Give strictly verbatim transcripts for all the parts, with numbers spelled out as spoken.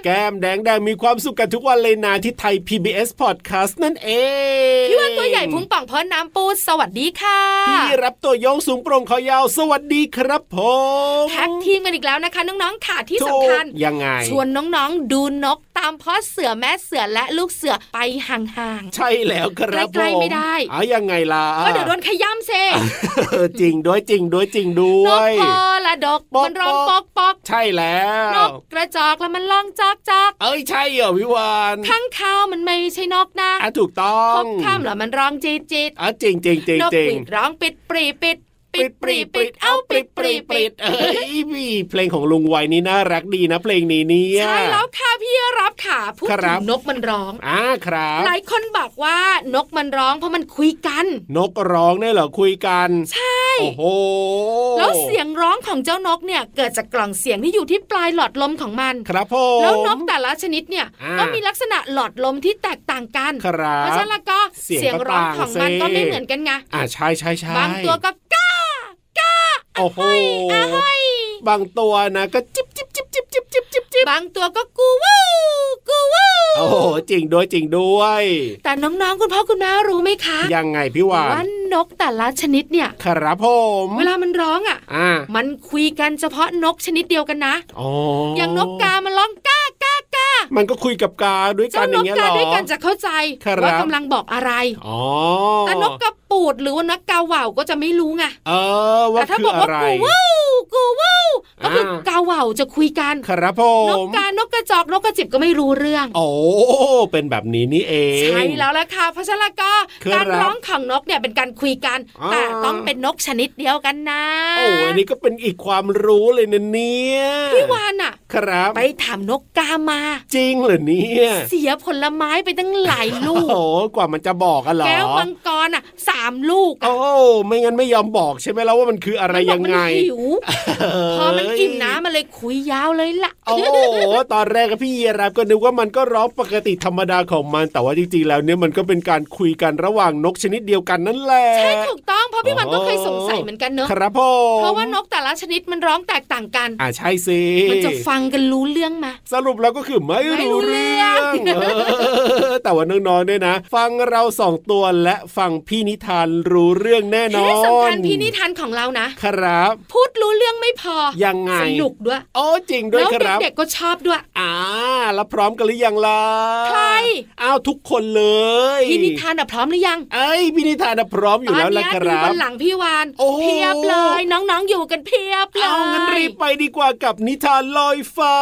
แก้มแดงๆมีความสุขกันทุกวันเลยนะที่ไทย พี บี เอส Podcast นั่นเองพี่วันตัวใหญ่พุงป่องพอน้ำปูสวัสดีค่ะพี่รับตัวโยงสูงโปร่งคอยาวสวัสดีครับผมแท็กทีมกันอีกแล้วนะคะน้องๆค่ะที่สำคัญยังไงชวนน้องๆดูนกตามพ่อเสือแม่เสือและลูกเสือไปห่างๆใช่แล้วครับผมใกล้ๆไม่ได้อ๋อยังไงล่ะก็เดี๋ยวโดนขย้ำเซจริงด้วยจริงด้วยจริงด้วยนกพอละดกมันร้องปอกปอกใช่แล้วนกกระจอกแล้วมันร้องจอกจอกเอ้ยใช่เหรอวิวานข้างข้าวมันไม่ใช่นกนะอ่ะถูกต้องพบข้ามแล้วมันร้องจีดจีดอ่ะจริงจริงจริงนกปิดร้องปิดปรีปิดปิดปรีปิดเอาปิดปรีปิดเอ้ยพี่เพลงของลุงไวนี่น่ารักดีนะเพลงนี้เนี่ยใช่แล้วค่ะพี่รับค่ะพูดถึงนกมันร้องอ่าครับหลายคนบอกว่านกมันร้องเพราะมันคุยกันนกร้องเนี่ยเหรอคุยกันใช่โอ้โหแล้วเสียงร้องของเจ้านกเนี่ยเกิดจากกล่องเสียงที่อยู่ที่ปลายหลอดลมของมันครับผมแล้วนกแต่ละชนิดเนี่ยก็มีลักษณะหลอดลมที่แตกต่างกันเพราะฉะนั้นก็เสียงร้องของมันก็ไม่เหมือนกันไงอ่าใช่ใช่ใช่บางตัวก็ก้าก้าโอ้โหบางตัวนะก็จิบจิบจิบจิบจิบจิบจิบจิบบางตัวก็กูวู้กูวู้โอ้โหจริงด้วยจริงด้วยแต่น้องๆคุณพ่อคุณแม่รู้ไหมคะยังไงพี่วานว่านกแต่ละชนิดเนี่ยครับผมเวลามันร้องอ่ะมันคุยกันเฉพาะนกชนิดเดียวกันนะอ๋ออย่างนกกามันร้องก้าก้าก้ามันก็คุยกับกาด้วยกันอย่างเงี้ยหรอเจ้านกกาด้วยกันจะเข้าใจว่ากำลังบอกอะไรอ๋อแต่นกกระปูดหรือว่านกกาเหว่าก็จะไม่รู้ไงเออว่าคืออะไรกูวู้กูวู้ก็คือกาเหว่าจะคุยกันครับผมนกกานกกระจอกนกกระจิบก็ไม่รู้เรื่องโอ้เป็นแบบนี้นี่เองใช่แล้วล่ะค่ะเพราะฉะนั้นก็การร้องของนกเนี่ยเป็นการคุยกันแต่ต้องเป็นนกชนิดเดียวกันนะโอ้อันนี้ก็เป็นอีกความรู้เลยนะเนี่ยพี่วานอ่ะครับไปถามนกกามาจริงเหรอเนี่ยเสียผลไม้ไปตั้งหลายลูกโอ้กว่ามันจะบอกกันเหรอแก้วมังกรอ่ะสามลูกโอ้ไม่งั้นไม่ยอมบอกใช่ไหมแล้วว่ามันคืออะไรยังไงมันหิวพอมันอิ่มน้ำมันเลยคุยยาวเลยล่ะโอ้ตอนแรกพี่ยีราฟก็นึกว่ามันก็ร้องปกติธรรมดาของมันแต่ว่าจริงๆแล้วเนี่ยมันก็เป็นการคุยกันระหว่างนกชนิดเดียวกันนั่นแหละใช่ถูกต้องเพราะพี่วันก็เคยสงสัยเหมือนกันเนอะครับพ่อเพราะว่านกแต่ละชนิดมันร้องแตกต่างกันอ่าใช่สิมันจะฟังกันรู้เรื่องไหมสรุปแล้วก็คือไม่รู้เรื่องแต่ว่าน้องๆเนี่ยนะฟังเราสองตัวและฟังพี่นิทานรู้เรื่องแน่นอนที่สำคัญพี่นิทานของเรานะครับพูดรู้เรื่องไม่พอยังไงสนุกด้วยโอ้จริงด้วยครับแล้วเด็กๆก็ชอบด้วยอ่าแล้วพร้อมกันหรือยังล่ะใครอ้าวทุกคนเลยพี่นิทานน่ะพร้อมหรือยังเอ้ยพี่นิทานน่ะพร้อมอยู่แล้วล่ะครับตอนนี้ดูบนหลังพี่วานเพียบเลยน้องๆอยู่กันเพียบเลยเอางั้นรีบไปดีกว่ากับนิทานลอยฟ้า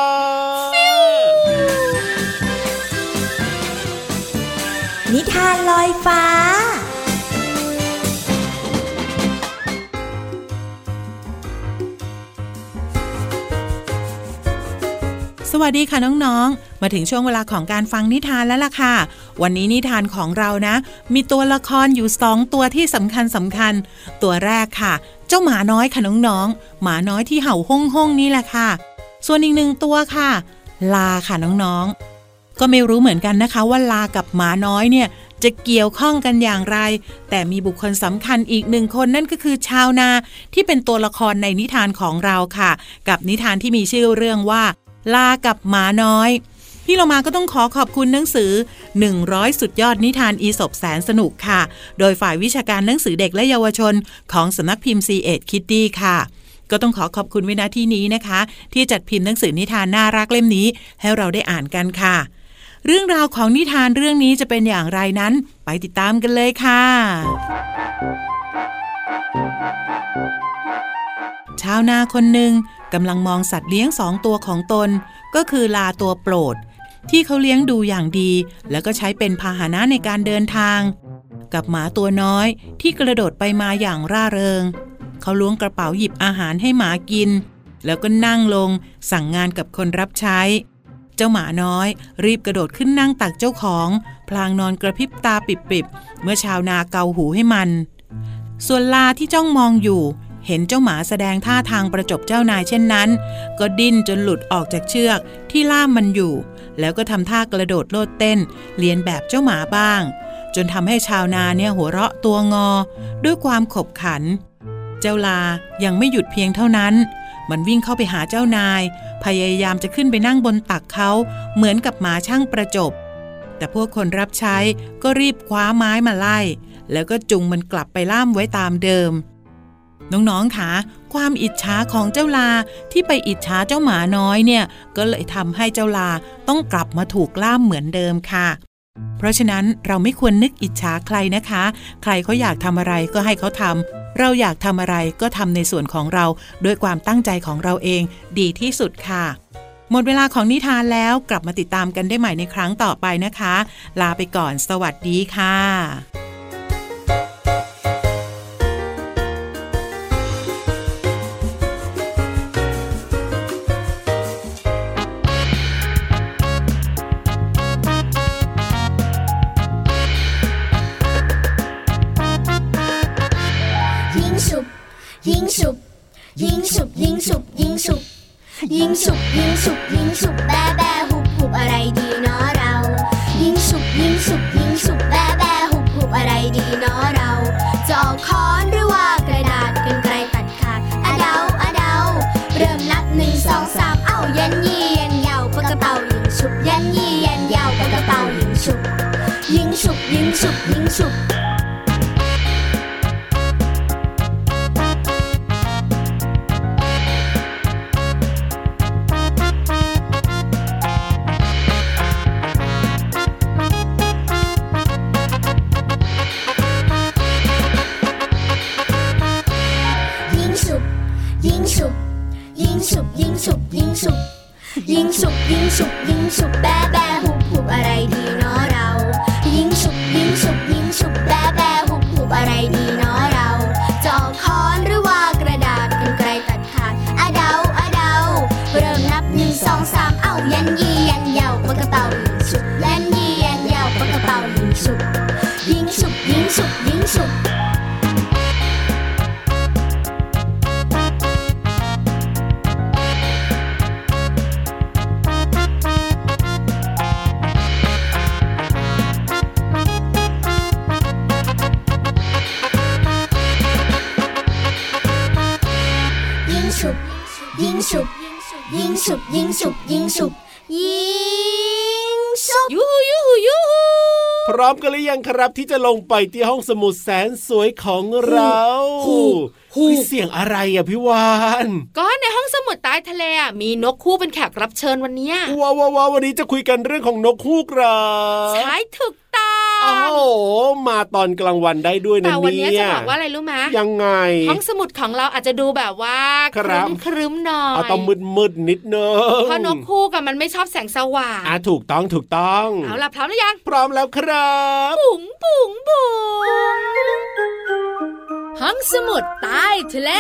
นิทานลอยฟ้าสวัสดีค่ะน้องๆมาถึงช่วงเวลาของการฟังนิทานแล้วล่ะค่ะวันนี้นิทานของเรานะมีตัวละครอยู่สองตัวที่สำคัญสำคัญตัวแรกค่ะเจ้าหมาน้อยค่ะน้องๆหมาน้อยที่เห่าฮ่องฮ่องนี่แหละค่ะส่วนอีกหนึ่งตัวค่ะลาค่ะน้องๆก็ไม่รู้เหมือนกันนะคะว่าลากับหมาน้อยเนี่ยจะเกี่ยวข้องกันอย่างไรแต่มีบุคคลสำคัญอีกหนึ่งคนนั่นก็คือชาวนาที่เป็นตัวละครในนิทานของเราค่ะกับนิทานที่มีชื่อเรื่องว่าลากับหมาน้อยพี่เรามาก็ต้องขอขอบคุณหนังสือหนึ่งร้อยสุดยอดนิทานอีสปแสนสนุกค่ะโดยฝ่ายวิชาการหนังสือเด็กและเยาวชนของสำนักพิมพ์ ซี เอ็ด Kiddie ค่ะก็ต้องขอขอบคุณไว้ณที่นี้นะคะที่จัดพิมพ์หนังสือนิทานน่ารักเล่มนี้ให้เราได้อ่านกันค่ะเรื่องราวของนิทานเรื่องนี้จะเป็นอย่างไรนั้นไปติดตามกันเลยค่ะชาวนาคนหนึ่งกำลังมองสัตว์เลี้ยงสองตัวของตนก็คือลาตัวโปรดที่เขาเลี้ยงดูอย่างดีแล้วก็ใช้เป็นพาหนะในการเดินทางกับหมาตัวน้อยที่กระโดดไปมาอย่างร่าเริงเขาล้วงกระเป๋าหยิบอาหารให้หมากินแล้วก็นั่งลงสั่งงานกับคนรับใช้เจ้าหมาน้อยรีบกระโดดขึ้นนั่งตักเจ้าของพลางนอนกระพริบตาปิบๆเมื่อชาวนาเกาหูให้มันส่วนลาที่จ้องมองอยู่เห็นเจ้าหมาแสดงท่าทางประจบเจ้านายเช่นนั้นก็ดิ้นจนหลุดออกจากเชือกที่ล่ามมันอยู่แล้วก็ทำท่ากระโดดโลดเต้นเลียนแบบเจ้าหมาบ้างจนทำให้ชาวนาเนี่ยหัวเราะตัวงอด้วยความขบขันเจ้าลายังไม่หยุดเพียงเท่านั้นมันวิ่งเข้าไปหาเจ้านายพยายามจะขึ้นไปนั่งบนตักเขาเหมือนกับหมาช่างประจบแต่พวกคนรับใช้ก็รีบคว้าไม้มาไล่แล้วก็จุงมันกลับไปล่ามไว้ตามเดิมน้องๆคะความอิจฉาของเจ้าลาที่ไปอิจฉาเจ้าหมาน้อยเนี่ยก็เลยทำให้เจ้าลาต้องกลับมาถูกล่ามเหมือนเดิมค่ะเพราะฉะนั้นเราไม่ควรนึกอิจฉาใครนะคะใครเขาอยากทำอะไรก็ให้เขาทำเราอยากทำอะไรก็ทำในส่วนของเราด้วยความตั้งใจของเราเองดีที่สุดค่ะหมดเวลาของนิทานแล้วกลับมาติดตามกันได้ใหม่ในครั้งต่อไปนะคะลาไปก่อนสวัสดีค่ะยิงฉุบยิงฉุบยิงฉุบยิงฉุบยิงฉุบยิงฉุบยิงฉุบแบ้แบ้หุบหุบอะไรดีเนาะเรายิงฉุบยิงฉุบยิงฉุบแบ้แบ้หุบหุบอะไรดีเนาะเราจะเอาค้อนหรือว่ากระดาษกรรไกรตัดขาดอะเดาอะเดาเริ่มนับหนึ่งสองสามเอ้ายันยี่ยันยาวปากกระเป๋ายิงฉุบยันยี่ยันยาวปากกระเป๋ายิงฉุบยิงฉุบยิงฉุบยิงฉุบยิงฉุบยิงฉุบยิงฉุบยิงฉุบยิงฉุบยิงฉุบแบ้แบ้หุบหุบอะไรดีเนาะเรายิงฉุบยิงฉุบยิงฉุบแบ้แบ้หุบหุบอะไรดีเนาะเราจะเอาค้อนหรือว่ากระดาษกรรไกรตัดขาดอะเดาอะเดาเริ่มนับหนึ่งสองสามเอ้ายันยี่ยันยาวปากกระเป๋ายิงฉุบยันยี่ยันยาวปากกระเป๋ายิงฉุบยิงฉุบยิงฉุบยิงฉุบยิงฉุบยิงฉุบยิงฉุบยิงฉุบยิงฉุบยูฮูยูฮูยูฮูพร้อมกันหรือยังครับที่จะลงไปที่ห้องสมุดแสนสวยของเราเสียงอะไรอ่ะพี่วานก็ในห้องสมุดใต้ทะเลอ่ะมีนกคู่เป็นแขกรับเชิญวันนี้ว้าวว้าววันนี้จะคุยกันเรื่องของนกคู่ครับใช่ถูกต้องโอ้โหมาตอนกลางวันได้ด้วยนะเนี่ยแต่วันนี้จะบอกว่าอะไรรู้ไหมยังไงห้องสมุดของเราอาจจะดูแบบว่าครึ้มครึ้มหน่อยต้องมืดมืดนิดนึงเพราะนกคู่กับมันไม่ชอบแสงสว่างอ่ะถูกต้องถูกต้องเอาล่ะพร้อมหรือยังพร้อมแล้วครับปุ๋งปุ๋งปุ๋งห้องสมุดใต้ทะเล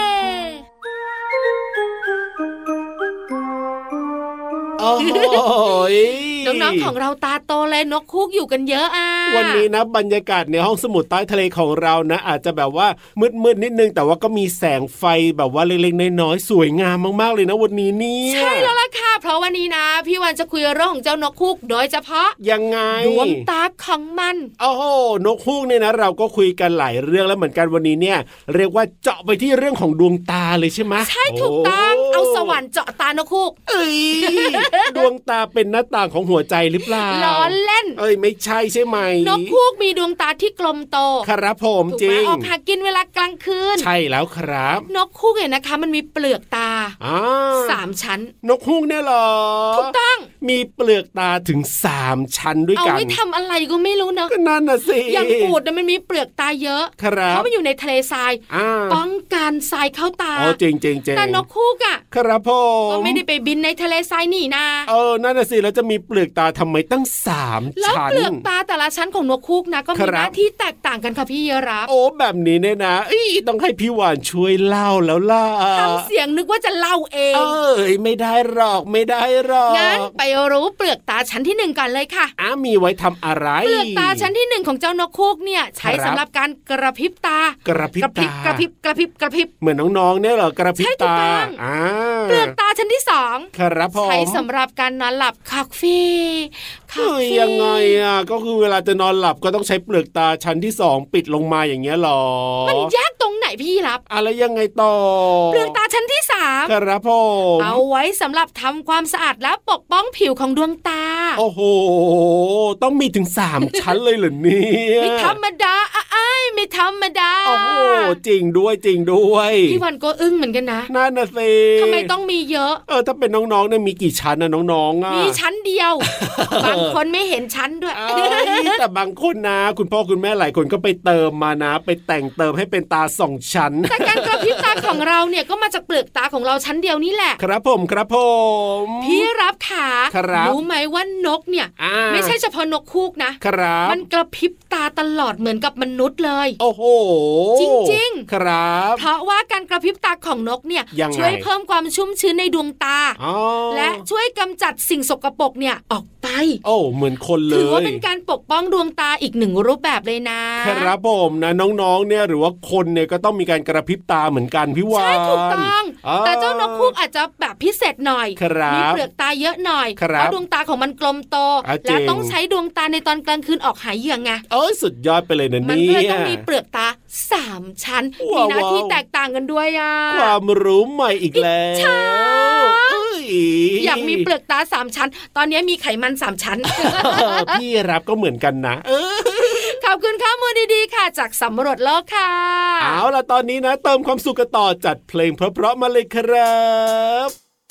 โอ้ยน้องๆของเราตาโตเลยนกคูกอยู่กันเยอะอ่ะวันนี้นะบรรยากาศในห้องสมุดใต้ทะเลของเรานะอาจจะแบบว่ามืดๆนิดนึงแต่ว่าก็มีแสงไฟแบบว่าเล็กๆน้อยๆสวยงามมากๆเลยนะวันนี้นี่ใช่แล้วล่ะค่ะเพราะวันนี้นะพี่วันจะคุยเรื่องของเจ้านกคูกโดยเฉพาะยังไงดวงตาของมันโอ้โหนกคูกเนี่ยนะเราก็คุยกันหลายเรื่องแล้วเหมือนกันวันนี้เนี่ยเรียกว่าเจาะไปที่เรื่องของดวงตาเลยใช่ไหมใช่ถูกต้องเอาสว่านเจาะตานกคูกเอ้ยดวงตาเป็นหน้าต่างของหัวใจหรือเปล่าล้อเล่นเอ้ยไม่ใช่ใช่ไหมนกคูกมีดวงตาที่กลมโตครับผมจริงออกหากินเวลากลางคืนใช่แล้วครับนกคูกเนี่ยนะคะมันมีเปลือกตาสามชั้นนกคูกเนี่ยหรอถูกต้องมีเปลือกตาถึงสามชั้นด้วยกันเอาไว้ทำอะไรก็ไม่รู้เนอะก็นั่นน่ะสิอย่างอูฐเนี่ยมันมีเปลือกตาเยอะเพราะมันอยู่ในทะเลทรายป้องกันทรายเข้าตาอ๋อจริงจริงแต่นกคูกอ่ะครับผมก็ไม่ได้ไปบินในทะเลทรายนี่นะเออนั่นน่ะสิแล้วจะมีเปลือกตาทำไมตั้งสามชั้นแล้วเปลือกตาแต่ละชั้นของนกคูกนะก็มีหน้าที่แตกต่างกันค่ะพี่ยีรับโอ้แบบนี้เนี่ยนะต้องให้พี่วานช่วยเล่าแล้วล่ะทำเสียงนึกว่าจะเล่าเองเอ้ยไม่ได้หรอกไม่ได้หรอกงั้นไปรู้เปลือกตาชั้นที่หนึ่งก่อนเลยค่ะอ้ามีไว้ทำอะไรเปลือกตาชั้นที่หนึ่งของเจ้านกคูกเนี่ยใช้สำหรับการกระพริบตากระพริบตากระพริบกระพริบกระพริบเหมือนน้องๆเนี่ยเหรอกระพริบตาอ่าเปลือกตาชั้นที่สองครับผมใช้สำหรับการนอนหลับคักฟี่คักฟี่ยังไงอ่ะก็คือเวลาจะนอนหลับก็ต้องใช้เปลือกตาชั้นที่สองปิดลงมาอย่างเงี้ยหรอมันยากตรงไหนพี่รับอะไรยังไงต่อเปลือกตาชั้นที่สามครับผมเอาไว้สำหรับทำความสะอาดและปกป้องผิวของดวงตาโอ้โหต้องมีถึงสามชั้นเลยเหรอเนี่ยไม่ธรรมดาอ้ายไม่ธรรมดาโอ้โหจริงด้วยจริงด้วยพี่วันก็อึ้งเหมือนกันนะนั่นน่ะสิทำไมต้องมีเยอะเออถ้าเป็นน้องๆเนี่ยมีกี่ชั้นนะน้องๆอ่ะมีชั้นเดียว บางคนไม่เห็นชั้นด้วยแต่บางคนนะคุณพ่อคุณแม่หลายคนก็ไปเติมมานะไปแต่งเติมให้เป็นตาสองชั้นแต่การกระพริบตาของเราเนี่ยก็มาจากเปลือกตาของเราชั้นเดียวนี่แหละครับผมครับผมพี่รับขารู้ไหมว่านกเนี่ยไม่ใช่เฉพาะนกคูกนะครับมันกระพริบตาตลอดเหมือนกับมนุษย์เลยโอ้โหจริงๆครับเพราะว่าการกระพริบตาของนกเนี่ยช่วยเพิ่มความชุ่มชื้นในดวงตาและช่วยกำจัดสิ่งสกปรกเนี่ยออกไปโอ้เหมือนคนเลยถือว่าเป็นการปกป้องดวงตาอีกหนึ่งรูปแบบเลยนะครับผมนะน้องๆเนี่ยหรือว่าคนเนี่ยก็ต้องมีการกระพริบตาเหมือนกันพี่วานใช่ถูกต้องแต่เจ้านกคูกอาจจะแบบพิเศษหน่อยมีเปลือกตาเยอะหน่อยเพราะดวงตาของมันกลมโตและต้องใช้ดวงตาในตอนกลางคืนออกหาเหยื่อไงเออสุดยอดไปเลยนะนี่มันก็เลยต้องมีเปลือกตาสามชั้นมีหน้าที่แตกต่างกันด้วยอ่ะความรู้ใหม่อีกแล้วอยากมีเปลือกตาสามชั้นตอนนี้มีไขมันสามชั้นพี่รับก็เหมือนกันนะขอบคุณข้อมูลดีๆค่ะจากสำรวจโลกค่ะเอาล่ะตอนนี้นะเติมความสุขกันต่อจัดเพลงเพราะๆมาเลยครับ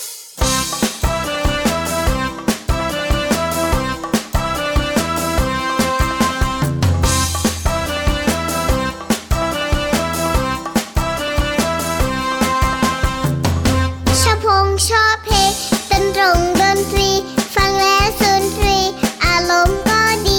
ชอบเพลงเต้นตรงดนตรีฟังแล้วสุนทรีอารมณ์ก็ดี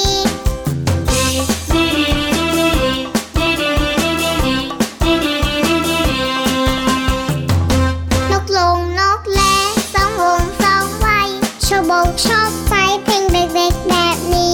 นกลงนกแลสองวงสองไว้ชอบบกชอบไฟเพลงเด็กๆแบบนี้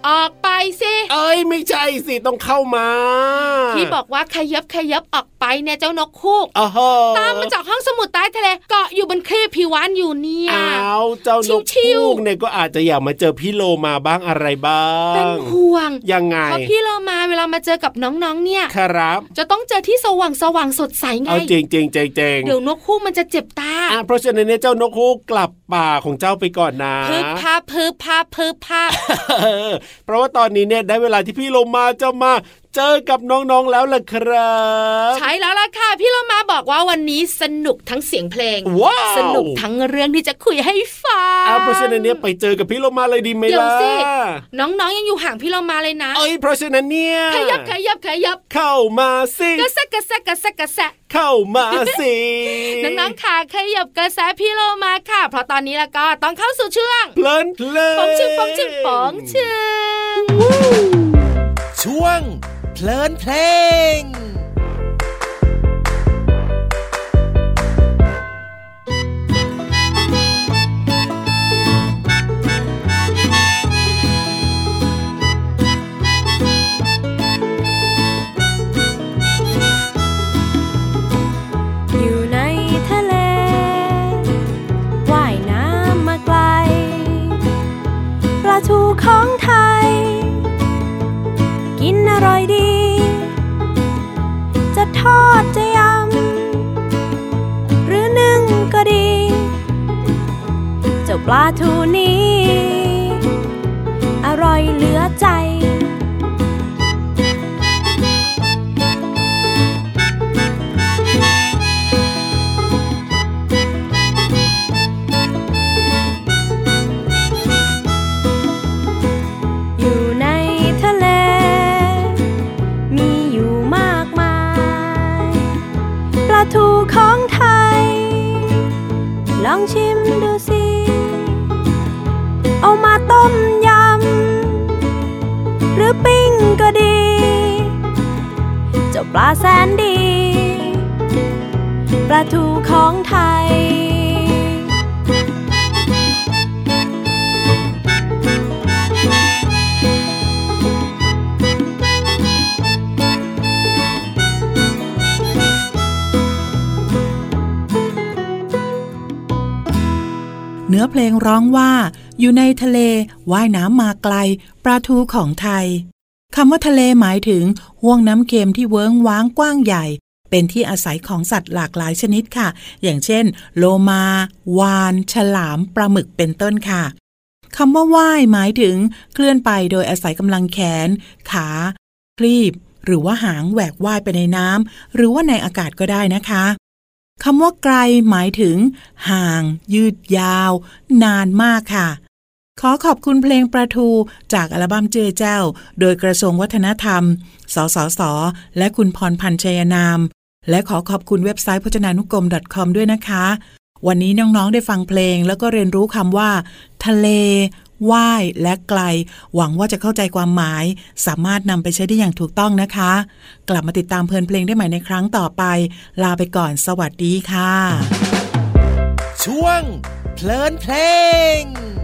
ออกไปสิเอ้ยไม่ใช่สิต้องเข้ามาที่บอกว่าขยับขยับออกไปเนี่ยเจ้านกฮูกตามมาจากห้องสมุดใต้ทะเลเกาะอยู่บนคลีปพิวานอยู่เนี่ยอ้าวเจ้านกฮูกเนี่ยก็อาจจะอยากมาเจอพี่โลมาบ้างอะไรบ้างเป็นห่วงยังไงเพราะพี่โลมาเวลามาเจอกับน้องๆเนี่ยครับจะต้องเจอที่สว่างสว่างสดใสไงเอาจริงจริงจริงจริงเดี๋ยวนกฮูกมันจะเจ็บตาอ่ะเพราะฉะนั้นเนี่ยเจ้านกฮูกกลับป่าของเจ้าไปก่อนนะพึบพาพึบพาพึบพาเพราะว่าตอนนี้เนี่ยได้เวลาที่พี่โลมาจะมาเจอกับน้องๆแล้วล่ะครับใช่แล้วล่ะค่ะพี่โลมาบอกว่าวันนี้สนุกทั้งเสียงเพลงสนุกทั้งเรื่องที่จะคุยให้ฟังอ่ะเพราะฉะนั้นเนี่ยไปเจอกับพี่โลมาเลยดีไหมล่ะเดี๋ยวสิน้องๆยังอยู่ห่างพี่โลมาเลยนะเอ้ยเพราะฉะนั้นเนี่ยขยับขยับขยับเข้ามาสิกระแซะกระแซะกระแซะกระแซะเข้ามาสิน้องๆค่ะขยับกระแสพี่โลมาค่ะเพราะตอนนี้แล้วก็ต้องเข้าสู่ช่วงเพลินเพลินป๋องชึงป๋องชึงป๋องชึงช่วงเพลินเพลงทูของไทยกินอร่อยดีจะทอดจะยำหรือนึ่งก็ดีเจ้าปลาทูนี้อร่อยเหลือใจทูของไทยลองชิมดูสิเอามาต้มยำหรือปิ้งก็ดีเจ้าปลาแสนดีปลาทูของไทยเนื้อเพลงร้องว่าอยู่ในทะเลว่ายน้ำมาไกลปลาทูของไทยคำว่าทะเลหมายถึงห้วงน้ำเค็มที่เวิ้งว้างกว้างใหญ่เป็นที่อาศัยของสัตว์หลากหลายชนิดค่ะอย่างเช่นโลมาวาฬฉลามปลาหมึกเป็นต้นค่ะคำว่าว่ายหมายถึงเคลื่อนไปโดยอาศัยกำลังแขนขาคลีบหรือว่าหางแหวกว่ายไปในน้ำหรือว่าในอากาศก็ได้นะคะคำว่าไกลหมายถึงห่างยืดยาวนานมากค่ะขอขอบคุณเพลงปลาทูจากอัลบั้มเจเจ้าโดยกระทรวงวัฒนธรรมสสสและคุณพรพันธ์ชัยนามและขอขอบคุณเว็บไซต์พจนานุกรม .com ด้วยนะคะวันนี้น้องๆได้ฟังเพลงแล้วก็เรียนรู้คำว่าทะเลว่ายและไกลหวังว่าจะเข้าใจความหมายสามารถนำไปใช้ได้อย่างถูกต้องนะคะกลับมาติดตามเพลินเพลงได้ใหม่ในครั้งต่อไปลาไปก่อนสวัสดีค่ะช่วงเพลินเพลง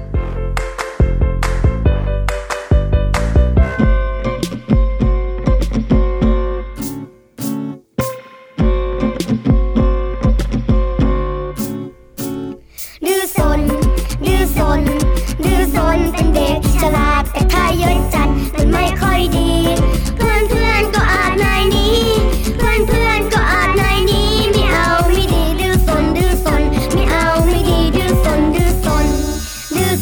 ดื้อซนดื้อซนดื้อซนเป็นเด็กฉลาดแต่ถ้าเยอะจัดมันไม่ค่อยดีเพื่อนเพื่อนก็อาจนายนี้เพื่อนเพื่อนก็อาจนายนี้ไม่เอาไม่ดีดื้อซนดื้อซนไม่เอาไม่ดีดื้อซนดื้อซนดื้อ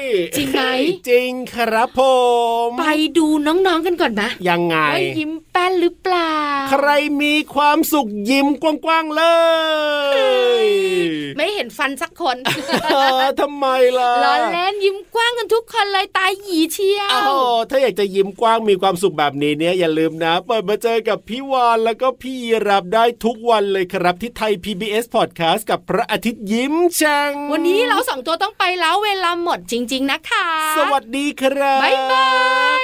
จริงไหมจริงครับผมไปดูน้องๆกันก่อนนะยังไงว่ายิ้มแป้นหรือเปล่าใครมีความสุขยิ้มกว้างๆเลยไม่เห็นฟันสักคนทำไมล่ะล้อเล่นยิ้มกว้างกันทุกคนเลยตาหยีเชียวอ้าวถ้าอยากจะยิ้มกว้างมีความสุขแบบนี้เนี่ยอย่าลืมนะเปิดมาเจอกับพี่วานแล้วก็พี่รับได้ทุกวันเลยครับที่ไทย พี บี เอส Podcast กับพระอาทิตย์ยิ้มแฉ่งวันนี้เราสองตัวต้องไปแล้วเวลาหมดจริงๆนะคะสวัสดีครับบ๊ายบาย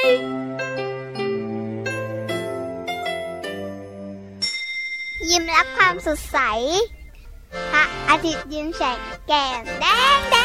ยิ้มรับความสดใสพระอาทิตย์ยิ้มแฉกแก้มแดงแดง